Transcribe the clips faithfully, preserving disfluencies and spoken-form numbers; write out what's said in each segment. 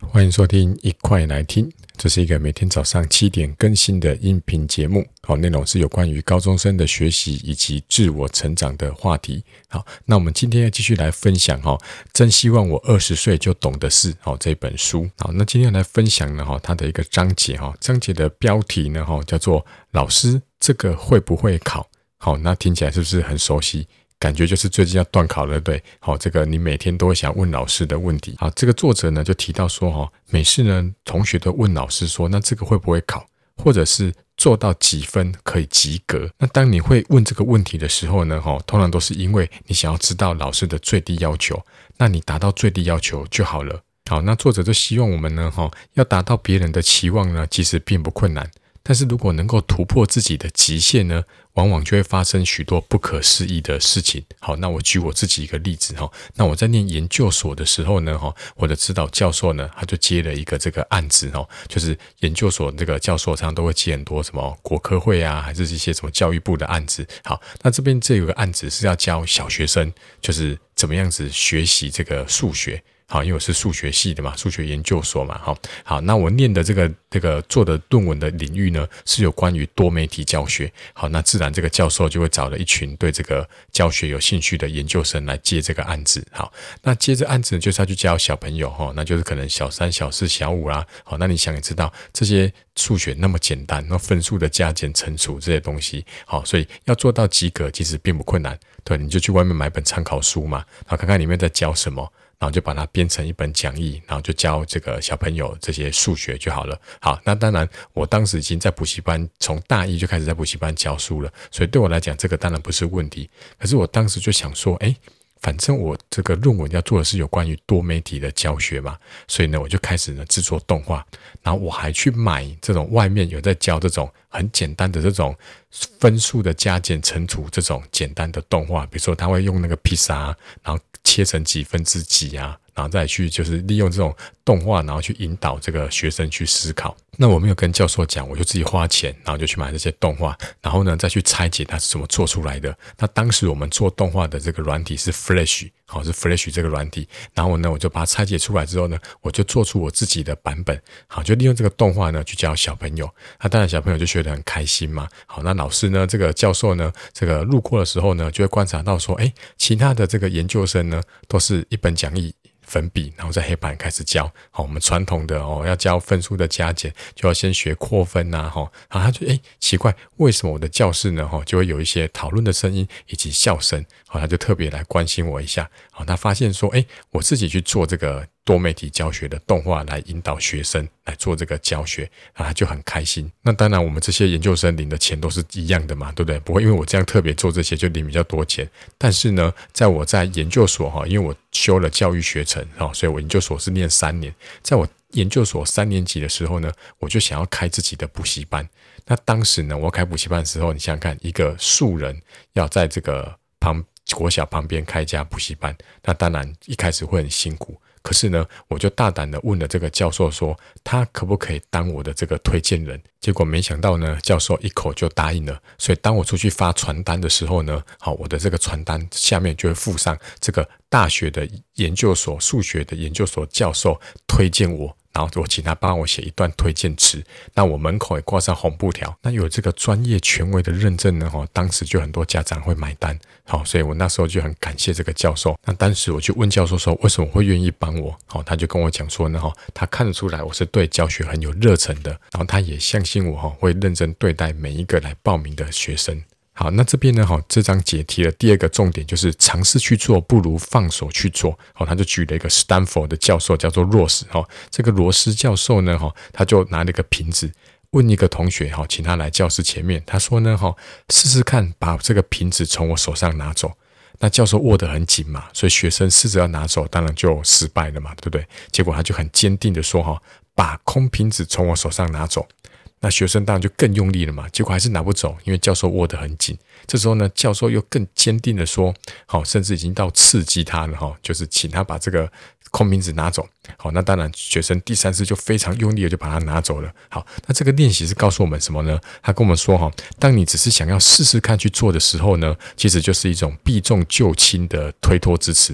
欢迎收听一块来听，这是一个每天早上七点更新的音频节目。好，内容是有关于高中生的学习以及自我成长的话题。好，那我们今天要继续来分享哈，真希望我二十岁就懂的事。好，这本书。好，那今天来分享呢哈，它的一个章节哈，章节的标题呢哈叫做老师这个会不会考？好，那听起来是不是很熟悉？感觉就是最近要段考了，对不对？好，这个你每天都会想问老师的问题。好，这个作者呢就提到说，哈，每次呢同学都问老师说，那这个会不会考，或者是做到几分可以及格？那当你会问这个问题的时候呢，哈，通常都是因为你想要知道老师的最低要求，那你达到最低要求就好了。好，那作者就希望我们呢，哈，要达到别人的期望呢，其实并不困难。但是如果能够突破自己的极限呢，往往就会发生许多不可思议的事情。好，那我举我自己一个例子哈。那我在念研究所的时候呢，哈，我的指导教授呢，他就接了一个这个案子哈，就是研究所这个教授常常都会接很多什么国科会啊，还是一些什么教育部的案子。好，那这边这有个案子是要教小学生，就是怎么样子学习这个数学。好，因为我是数学系的嘛，数学研究所嘛，好，好，那我念的这个这个做的论文的领域呢，是有关于多媒体教学。好，那自然这个教授就会找了一群对这个教学有兴趣的研究生来接这个案子。好，那接这案子就是要去教小朋友哈，那就是可能小三、小四、小五啦。好，那你想也知道这些数学那么简单，那分数的加减乘除这些东西，好，所以要做到及格其实并不困难。对，你就去外面买本参考书嘛，然后看看里面在教什么。然后就把它编成一本讲义，然后就教这个小朋友这些数学就好了。好，那当然我当时已经在补习班，从大一就开始在补习班教书了，所以对我来讲这个当然不是问题。可是我当时就想说，诶，反正我这个论文要做的是有关于多媒体的教学嘛，所以呢我就开始呢制作动画，然后我还去买这种外面有在教这种很简单的这种分数的加减乘除这种简单的动画，比如说他会用那个披萨，然后切成几分之几啊，然后再去就是利用这种动画，然后去引导这个学生去思考。那我没有跟教授讲，我就自己花钱，然后就去买这些动画，然后呢再去拆解它是怎么做出来的。那当时我们做动画的这个软体是 Flash， 好，是 Flash 这个软体，然后呢我就把它拆解出来之后呢，我就做出我自己的版本，好，就利用这个动画呢去教小朋友。那当然小朋友就学得很开心嘛。好，那老师呢，这个教授呢，这个路过的时候呢，就会观察到说，诶，其他的这个研究生呢，都是一本讲义粉笔，然后在黑板开始教。好，我们传统的哦，要教分数的加减，就要先学扩分呐、啊，哈、哦。然后他就诶奇怪，为什么我的教室呢，哈、哦，就会有一些讨论的声音以及笑声？好、哦，他就特别来关心我一下。好、哦，他发现说，诶，我自己去做这个多媒体教学的动画来引导学生来做这个教学，啊，他就很开心。那当然，我们这些研究生领的钱都是一样的嘛，对不对？不会因为我这样特别做这些就领比较多钱。但是呢，在我在研究所哈，因为我修了教育学程哈，所以我研究所是念三年。在我研究所三年级的时候呢，我就想要开自己的补习班。那当时呢，我开补习班的时候，你想想看，一个素人要在这个旁国小旁边开一家补习班，那当然一开始会很辛苦。可是呢，我就大胆的问了这个教授说，他可不可以当我的这个推荐人？结果没想到呢，教授一口就答应了。所以当我出去发传单的时候呢，好，我的这个传单下面就会附上这个大学的研究所数学的研究所教授推荐我。然后我请他帮我写一段推荐词，那我门口也挂上红布条，那有这个专业权威的认证呢，当时就很多家长会买单，好，所以我那时候就很感谢这个教授。那当时我就问教授说，为什么会愿意帮我？好，他就跟我讲说呢，他看得出来我是对教学很有热忱的，然后他也相信我会认真对待每一个来报名的学生。好，那这边呢，这章节提的第二个重点就是尝试去做不如放手去做。好，他就举了一个斯坦福的教授叫做罗斯。这个罗斯教授呢，他就拿了一个瓶子问一个同学，请他来教室前面，他说呢，试试看把这个瓶子从我手上拿走。那教授握得很紧嘛，所以学生试着要拿走，当然就失败了嘛，对不对？结果他就很坚定的说，把空瓶子从我手上拿走。那学生当然就更用力了嘛，结果还是拿不走，因为教授握得很紧。这时候呢，教授又更坚定的说，好，甚至已经到刺激他了，就是请他把这个空瓶子拿走。好，那当然学生第三次就非常用力的就把它拿走了。好，那这个练习是告诉我们什么呢？他跟我们说，当你只是想要试试看去做的时候呢，其实就是一种避重就轻的推脱支持。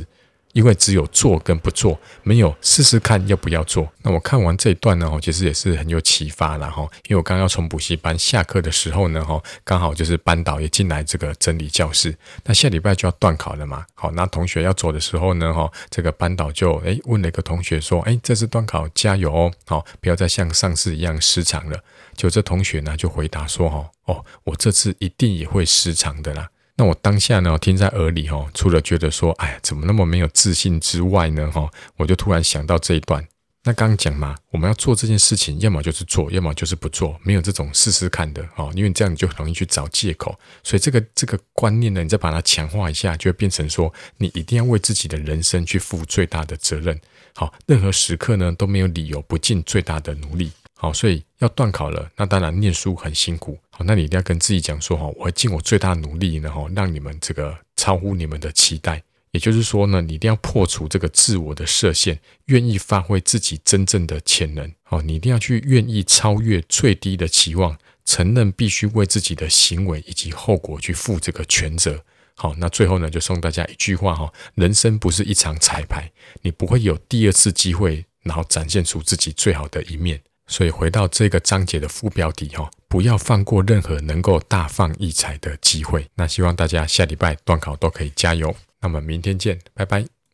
因为只有做跟不做，没有试试看要不要做。那我看完这一段呢，其实也是很有启发啦，因为我刚刚要从补习班下课的时候呢，刚好就是班导也进来这个真理教室。那下礼拜就要段考了嘛，好，那同学要走的时候呢，这个班导就诶问了一个同学说，诶这次段考加油哦，好，不要再像上次一样失常了。就这同学呢就回答说，哦，我这次一定也会失常的啦。那我当下呢听在耳里，除了觉得说哎呀怎么那么没有自信之外呢，我就突然想到这一段。那刚刚讲嘛，我们要做这件事情，要么就是做，要么就是不做，没有这种试试看的，因为这样你就很容易去找借口。所以这个这个观念呢，你再把它强化一下，就会变成说你一定要为自己的人生去负最大的责任。好，任何时刻呢都没有理由不尽最大的努力。好，所以要段考了，那当然念书很辛苦。好，那你一定要跟自己讲说，我会尽我最大努力呢，让你们这个超乎你们的期待。也就是说呢，你一定要破除这个自我的设限，愿意发挥自己真正的潜能。好，你一定要去愿意超越最低的期望，承认必须为自己的行为以及后果去负这个全责。好，那最后呢，就送大家一句话，人生不是一场彩排，你不会有第二次机会，然后展现出自己最好的一面。所以回到这个章节的副标题，不要放过任何能够大放异彩的机会。那希望大家下礼拜段考都可以加油。那么明天见，拜拜。